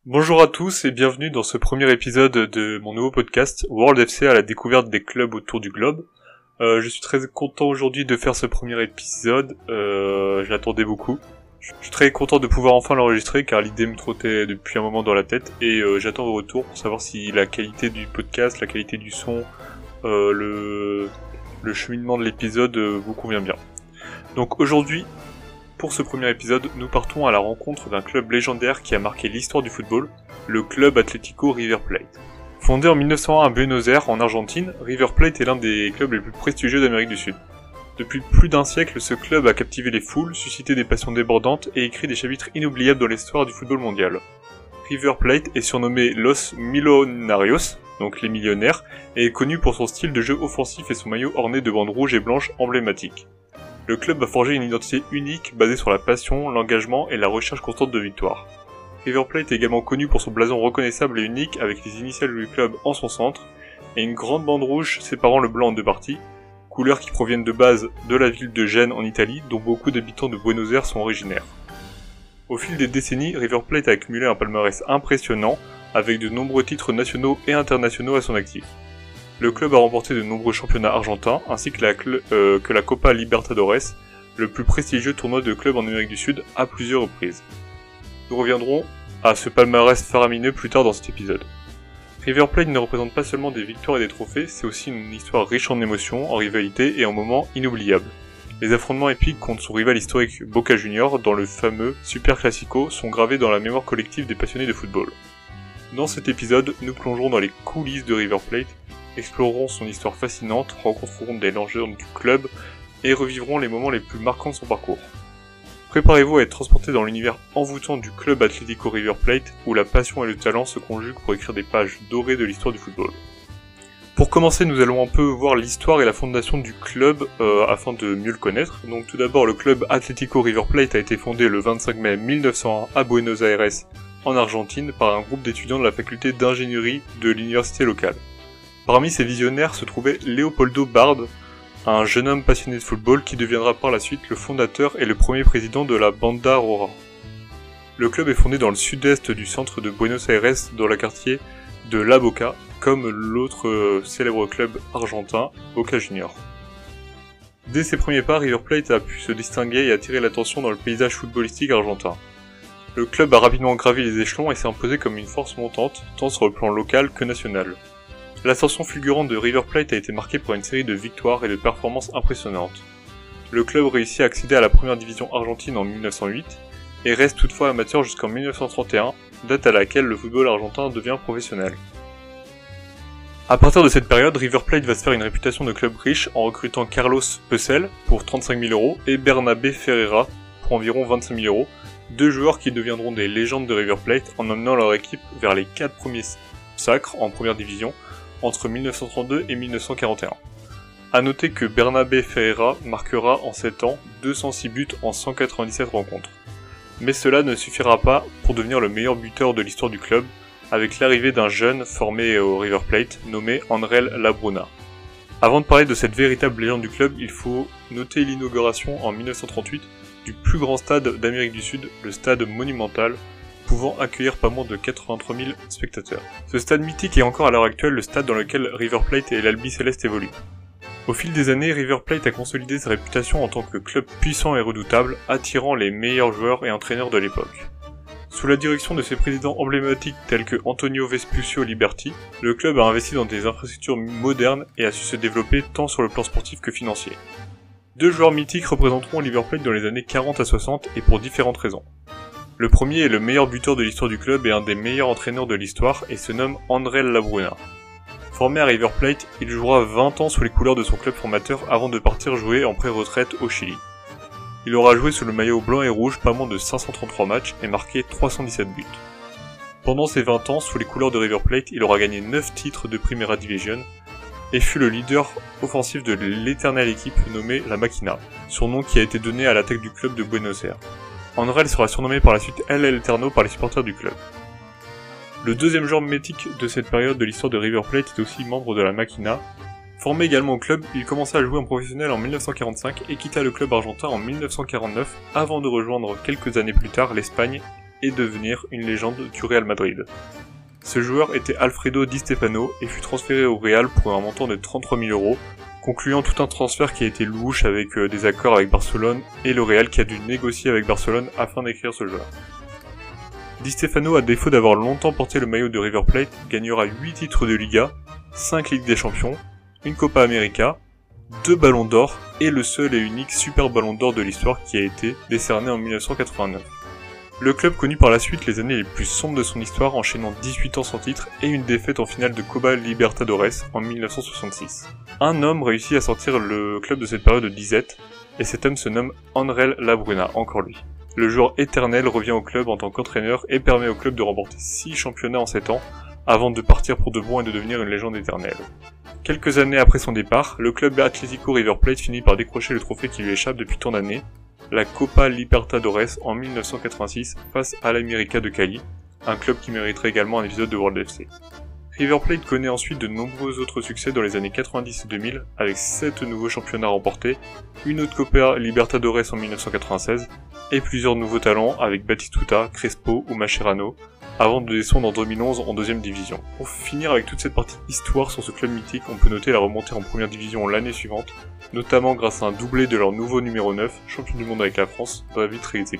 Bonjour à tous et bienvenue dans ce premier épisode de mon nouveau podcast World FC à la découverte des clubs autour du globe. Je suis très content aujourd'hui de faire ce premier épisode, je l'attendais beaucoup. Je suis très content de pouvoir enfin l'enregistrer car l'idée me trottait depuis un moment dans la tête et j'attends vos retours pour savoir si la qualité du podcast, la qualité du son, le cheminement de l'épisode vous convient bien. Donc aujourd'hui, pour ce premier épisode, nous partons à la rencontre d'un club légendaire qui a marqué l'histoire du football, le Club Atlético River Plate. Fondé en 1901 à Buenos Aires, en Argentine, River Plate est l'un des clubs les plus prestigieux d'Amérique du Sud. Depuis plus d'un siècle, ce club a captivé les foules, suscité des passions débordantes et écrit des chapitres inoubliables dans l'histoire du football mondial. River Plate est surnommé Los Millonarios, donc les millionnaires, et est connu pour son style de jeu offensif et son maillot orné de bandes rouges et blanches emblématiques. Le club a forgé une identité unique basée sur la passion, l'engagement et la recherche constante de victoire. River Plate est également connu pour son blason reconnaissable et unique avec les initiales du club en son centre et une grande bande rouge séparant le blanc en deux parties, couleurs qui proviennent de base de la ville de Gênes en Italie dont beaucoup d'habitants de Buenos Aires sont originaires. Au fil des décennies, River Plate a accumulé un palmarès impressionnant avec de nombreux titres nationaux et internationaux à son actif. Le club a remporté de nombreux championnats argentins, ainsi que la Copa Libertadores, le plus prestigieux tournoi de clubs en Amérique du Sud, à plusieurs reprises. Nous reviendrons à ce palmarès faramineux plus tard dans cet épisode. River Plate ne représente pas seulement des victoires et des trophées, c'est aussi une histoire riche en émotions, en rivalités et en moments inoubliables. Les affrontements épiques contre son rival historique Boca Juniors dans le fameux Super Classico sont gravés dans la mémoire collective des passionnés de football. Dans cet épisode, nous plongerons dans les coulisses de River Plate, explorerons son histoire fascinante, rencontrerons des légendes du club et revivrons les moments les plus marquants de son parcours. Préparez-vous à être transporté dans l'univers envoûtant du club Atlético River Plate où la passion et le talent se conjuguent pour écrire des pages dorées de l'histoire du football. Pour commencer, nous allons un peu voir l'histoire et la fondation du club afin de mieux le connaître. Donc tout d'abord, le club Atlético River Plate a été fondé le 25 mai 1901 à Buenos Aires, en Argentine, par un groupe d'étudiants de la faculté d'ingénierie de l'université locale. Parmi ces visionnaires se trouvait Leopoldo Bard, un jeune homme passionné de football qui deviendra par la suite le fondateur et le premier président de la Banda Roja. Le club est fondé dans le sud-est du centre de Buenos Aires, dans le quartier de La Boca, comme l'autre célèbre club argentin, Boca Juniors. Dès ses premiers pas, River Plate a pu se distinguer et attirer l'attention dans le paysage footballistique argentin. Le club a rapidement gravi les échelons et s'est imposé comme une force montante, tant sur le plan local que national. L'ascension fulgurante de River Plate a été marquée par une série de victoires et de performances impressionnantes. Le club réussit à accéder à la première division argentine en 1908 et reste toutefois amateur jusqu'en 1931, date à laquelle le football argentin devient professionnel. À partir de cette période, River Plate va se faire une réputation de club riche en recrutant Carlos Peucel pour 35 000 € et Bernabé Ferreira pour environ 25 000 €, deux joueurs qui deviendront des légendes de River Plate en emmenant leur équipe vers les 4 premiers sacres en première division entre 1932 et 1941. A noter que Bernabé Ferreira marquera en 7 ans 206 buts en 197 rencontres. Mais cela ne suffira pas pour devenir le meilleur buteur de l'histoire du club, avec l'arrivée d'un jeune formé au River Plate nommé Andrés Labruna. Avant de parler de cette véritable légende du club, il faut noter l'inauguration en 1938 du plus grand stade d'Amérique du Sud, le stade Monumental, pouvant accueillir pas moins de 83 000 spectateurs. Ce stade mythique est encore à l'heure actuelle le stade dans lequel River Plate et l'Albi Céleste évoluent. Au fil des années, River Plate a consolidé sa réputation en tant que club puissant et redoutable, attirant les meilleurs joueurs et entraîneurs de l'époque. Sous la direction de ses présidents emblématiques tels que Antonio Vespucio Liberti, le club a investi dans des infrastructures modernes et a su se développer tant sur le plan sportif que financier. Deux joueurs mythiques représenteront River Plate dans les années 40 à 60 et pour différentes raisons. Le premier est le meilleur buteur de l'histoire du club et un des meilleurs entraîneurs de l'histoire et se nomme Andrés Labruna. Formé à River Plate, il jouera 20 ans sous les couleurs de son club formateur avant de partir jouer en pré-retraite au Chili. Il aura joué sous le maillot blanc et rouge pas moins de 533 matchs et marqué 317 buts. Pendant ses 20 ans sous les couleurs de River Plate, il aura gagné 9 titres de Primera Division et fut le leader offensif de l'éternelle équipe nommée la Máquina, surnom qui a été donné à l'attaque du club de Buenos Aires. Andrés sera surnommé par la suite El Eterno par les supporters du club. Le deuxième joueur mythique de cette période de l'histoire de River Plate est aussi membre de la Máquina. Formé également au club, il commença à jouer en professionnel en 1945 et quitta le club argentin en 1949 avant de rejoindre quelques années plus tard l'Espagne et devenir une légende du Real Madrid. Ce joueur était Alfredo Di Stefano et fut transféré au Real pour un montant de 33 000 €, concluant tout un transfert qui a été louche avec des accords avec Barcelone et le Real qui a dû négocier avec Barcelone afin d'écrire ce joueur. Di Stefano, à défaut d'avoir longtemps porté le maillot de River Plate, gagnera 8 titres de Liga, 5 Ligues des Champions, une Copa América, 2 ballons d'or et le seul et unique super ballon d'or de l'histoire qui a été décerné en 1989. Le club connut par la suite les années les plus sombres de son histoire, enchaînant 18 ans sans titre et une défaite en finale de Copa Libertadores en 1966. Un homme réussit à sortir le club de cette période de disette, et cet homme se nomme Andrés Labruna, encore lui. Le joueur éternel revient au club en tant qu'entraîneur et permet au club de remporter 6 championnats en 7 ans, avant de partir pour de bon et de devenir une légende éternelle. Quelques années après son départ, le club Atlético River Plate finit par décrocher le trophée qui lui échappe depuis tant d'années, la Copa Libertadores en 1986 face à l'América de Cali, un club qui mériterait également un épisode de World FC. River Plate connaît ensuite de nombreux autres succès dans les années 90 et 2000 avec 7 nouveaux championnats remportés, une autre Copa Libertadores en 1996 et plusieurs nouveaux talents avec Batistuta, Crespo ou Mascherano, avant de descendre en 2011 en deuxième division. Pour finir avec toute cette partie histoire sur ce club mythique, on peut noter la remontée en première division l'année suivante, notamment grâce à un doublé de leur nouveau numéro 9, champion du monde avec la France, David Trezeguet.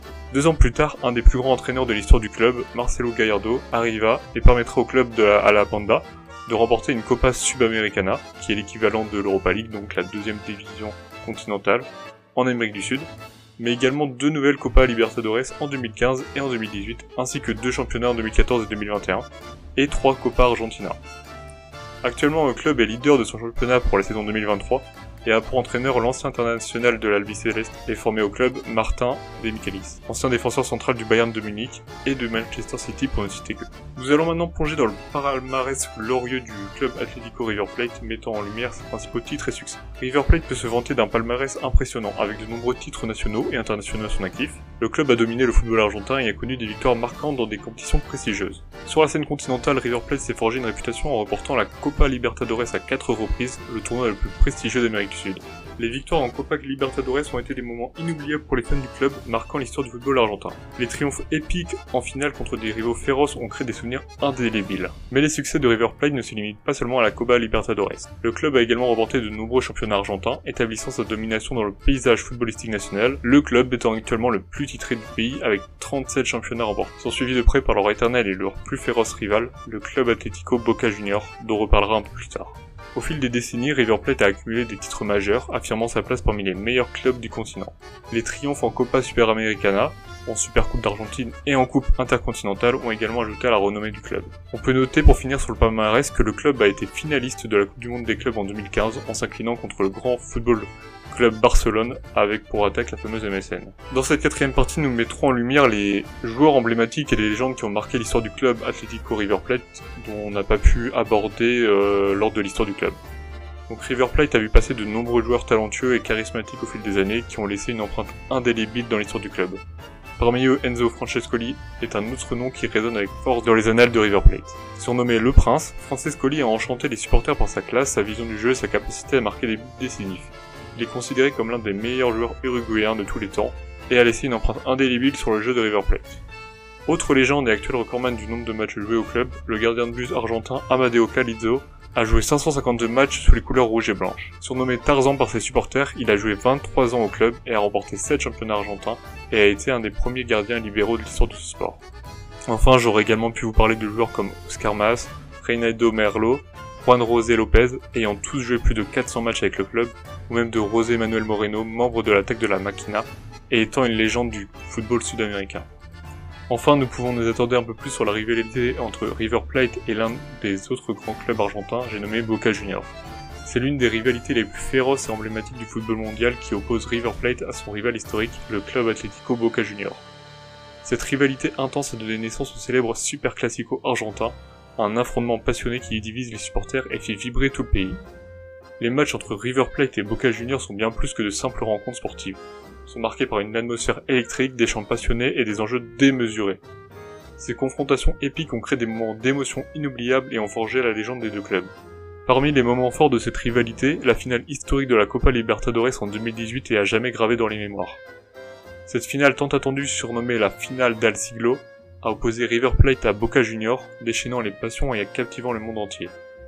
2 ans plus tard, un des plus grands entraîneurs de l'histoire du club, Marcelo Gallardo, arriva et permettra au club à la Banda de remporter une Copa Subamericana, qui est l'équivalent de l'Europa League, donc la deuxième division continentale, en Amérique du Sud, mais également 2 nouvelles Copa Libertadores en 2015 et en 2018, ainsi que 2 championnats en 2014 et 2021, et 3 Copa Argentina. Actuellement, le club est leader de son championnat pour la saison 2023, et a pour entraîneur l'ancien international de l'Albiceleste et formé au club Martin De Michelis, ancien défenseur central du Bayern de Munich et de Manchester City pour ne citer que. Nous allons maintenant plonger dans le palmarès glorieux du club Atlético River Plate, mettant en lumière ses principaux titres et succès. River Plate peut se vanter d'un palmarès impressionnant, avec de nombreux titres nationaux et internationaux à son actif. Le club a dominé le football argentin et a connu des victoires marquantes dans des compétitions prestigieuses. Sur la scène continentale, River Plate s'est forgé une réputation en remportant la Copa Libertadores à 4 reprises, le tournoi le plus prestigieux d'Amérique du Sud. Les victoires en Copa Libertadores ont été des moments inoubliables pour les fans du club, marquant l'histoire du football argentin. Les triomphes épiques en finale contre des rivaux féroces ont créé des souvenirs indélébiles. Mais les succès de River Plate ne se limitent pas seulement à la Copa Libertadores. Le club a également remporté de nombreux championnats argentins, établissant sa domination dans le paysage footballistique national, le club étant actuellement le plus titré du pays avec 37 championnats remportés. Sont suivis de près par leur éternel et leur plus féroce rival, le club Atlético Boca Juniors, dont on reparlera un peu plus tard. Au fil des décennies, River Plate a accumulé des titres majeurs, affirmant sa place parmi les meilleurs clubs du continent. Les triomphes en Copa Sudamericana, en Supercoupe d'Argentine et en Coupe intercontinentale ont également ajouté à la renommée du club. On peut noter pour finir sur le palmarès que le club a été finaliste de la Coupe du Monde des clubs en 2015 en s'inclinant contre le grand football club Barcelone avec pour attaque la fameuse MSN. Dans cette quatrième partie, nous mettrons en lumière les joueurs emblématiques et les légendes qui ont marqué l'histoire du club Atlético River Plate dont on n'a pas pu aborder lors de l'histoire du club. Donc River Plate a vu passer de nombreux joueurs talentueux et charismatiques au fil des années qui ont laissé une empreinte indélébile dans l'histoire du club. Parmi eux, Enzo Francescoli est un autre nom qui résonne avec force dans les annales de River Plate. Surnommé Le Prince, Francescoli a enchanté les supporters par sa classe, sa vision du jeu et sa capacité à marquer des buts décisifs. Il est considéré comme l'un des meilleurs joueurs uruguayens de tous les temps, et a laissé une empreinte indélébile sur le jeu de River Plate. Autre légende et actuel recordman du nombre de matchs joués au club, le gardien de but argentin Amadeo Calizzo a joué 552 matchs sous les couleurs rouges et blanches. Surnommé Tarzan par ses supporters, il a joué 23 ans au club et a remporté 7 championnats argentins, et a été un des premiers gardiens libéraux de l'histoire de ce sport. Enfin, j'aurais également pu vous parler de joueurs comme Oscar Mas, Reinaldo Merlo, Juan José Lopez, ayant tous joué plus de 400 matchs avec le club, ou même de José Manuel Moreno, membre de l'attaque de la Máquina, et étant une légende du football sud-américain. Enfin, nous pouvons nous attarder un peu plus sur la rivalité entre River Plate et l'un des autres grands clubs argentins, j'ai nommé Boca Juniors. C'est l'une des rivalités les plus féroces et emblématiques du football mondial qui oppose River Plate à son rival historique, le club Atlético Boca Juniors. Cette rivalité intense a donné naissance au célèbre Super Classico argentin, un affrontement passionné qui divise les supporters et fait vibrer tout le pays. Les matchs entre River Plate et Boca Juniors sont bien plus que de simples rencontres sportives. Ils sont marqués par une atmosphère électrique, des chants passionnés et des enjeux démesurés. Ces confrontations épiques ont créé des moments d'émotion inoubliables et ont forgé la légende des deux clubs. Parmi les moments forts de cette rivalité, la finale historique de la Copa Libertadores en 2018 est à jamais gravée dans les mémoires. Cette finale tant attendue, surnommée la finale d'Al Siglo, a opposé River Plate à Boca Juniors, déchaînant les passions et captivant le monde entier.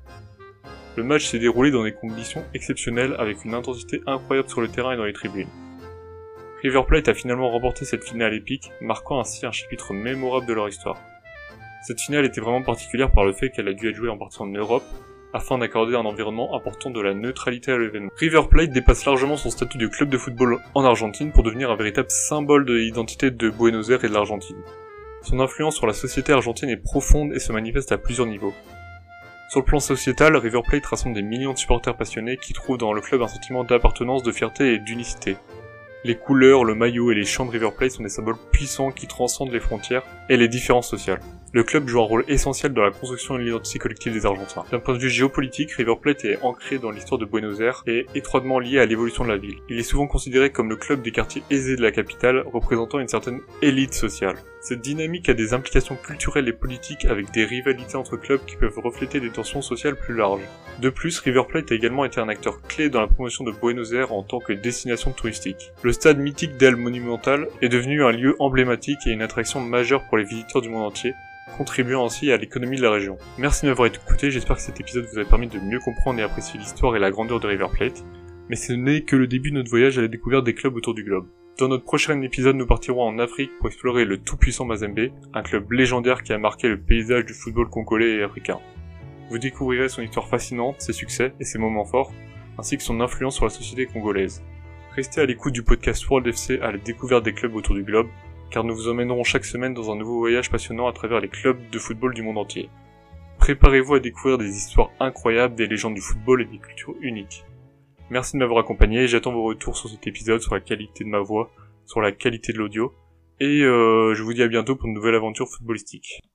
Le match s'est déroulé dans des conditions exceptionnelles avec une intensité incroyable sur le terrain et dans les tribunes. River Plate a finalement remporté cette finale épique, marquant ainsi un chapitre mémorable de leur histoire. Cette finale était vraiment particulière par le fait qu'elle a dû être jouée en partie en Europe, afin d'accorder un environnement important de la neutralité à l'événement. River Plate dépasse largement son statut de club de football en Argentine pour devenir un véritable symbole de l'identité de Buenos Aires et de l'Argentine. Son influence sur la société argentine est profonde et se manifeste à plusieurs niveaux. Sur le plan sociétal, River Plate rassemble des millions de supporters passionnés qui trouvent dans le club un sentiment d'appartenance, de fierté et d'unicité. Les couleurs, le maillot et les chants de River Plate sont des symboles puissants qui transcendent les frontières et les différences sociales. Le club joue un rôle essentiel dans la construction de l'identité collective des Argentins. D'un point de vue géopolitique, River Plate est ancré dans l'histoire de Buenos Aires et étroitement lié à l'évolution de la ville. Il est souvent considéré comme le club des quartiers aisés de la capitale, représentant une certaine élite sociale. Cette dynamique a des implications culturelles et politiques avec des rivalités entre clubs qui peuvent refléter des tensions sociales plus larges. De plus, River Plate a également été un acteur clé dans la promotion de Buenos Aires en tant que destination touristique. Le stade mythique d'El Monumental est devenu un lieu emblématique et une attraction majeure pour les visiteurs du monde entier, contribuant ainsi à l'économie de la région. Merci de m'avoir écouté, j'espère que cet épisode vous a permis de mieux comprendre et apprécier l'histoire et la grandeur de River Plate, mais ce n'est que le début de notre voyage à la découverte des clubs autour du globe. Dans notre prochain épisode, nous partirons en Afrique pour explorer le tout-puissant Mazembe, un club légendaire qui a marqué le paysage du football congolais et africain. Vous découvrirez son histoire fascinante, ses succès et ses moments forts, ainsi que son influence sur la société congolaise. Restez à l'écoute du podcast World FC à la découverte des clubs autour du globe, car nous vous emmènerons chaque semaine dans un nouveau voyage passionnant à travers les clubs de football du monde entier. Préparez-vous à découvrir des histoires incroyables, des légendes du football et des cultures uniques. Merci de m'avoir accompagné, j'attends vos retours sur cet épisode, sur la qualité de ma voix, sur la qualité de l'audio, et je vous dis à bientôt pour une nouvelle aventure footballistique.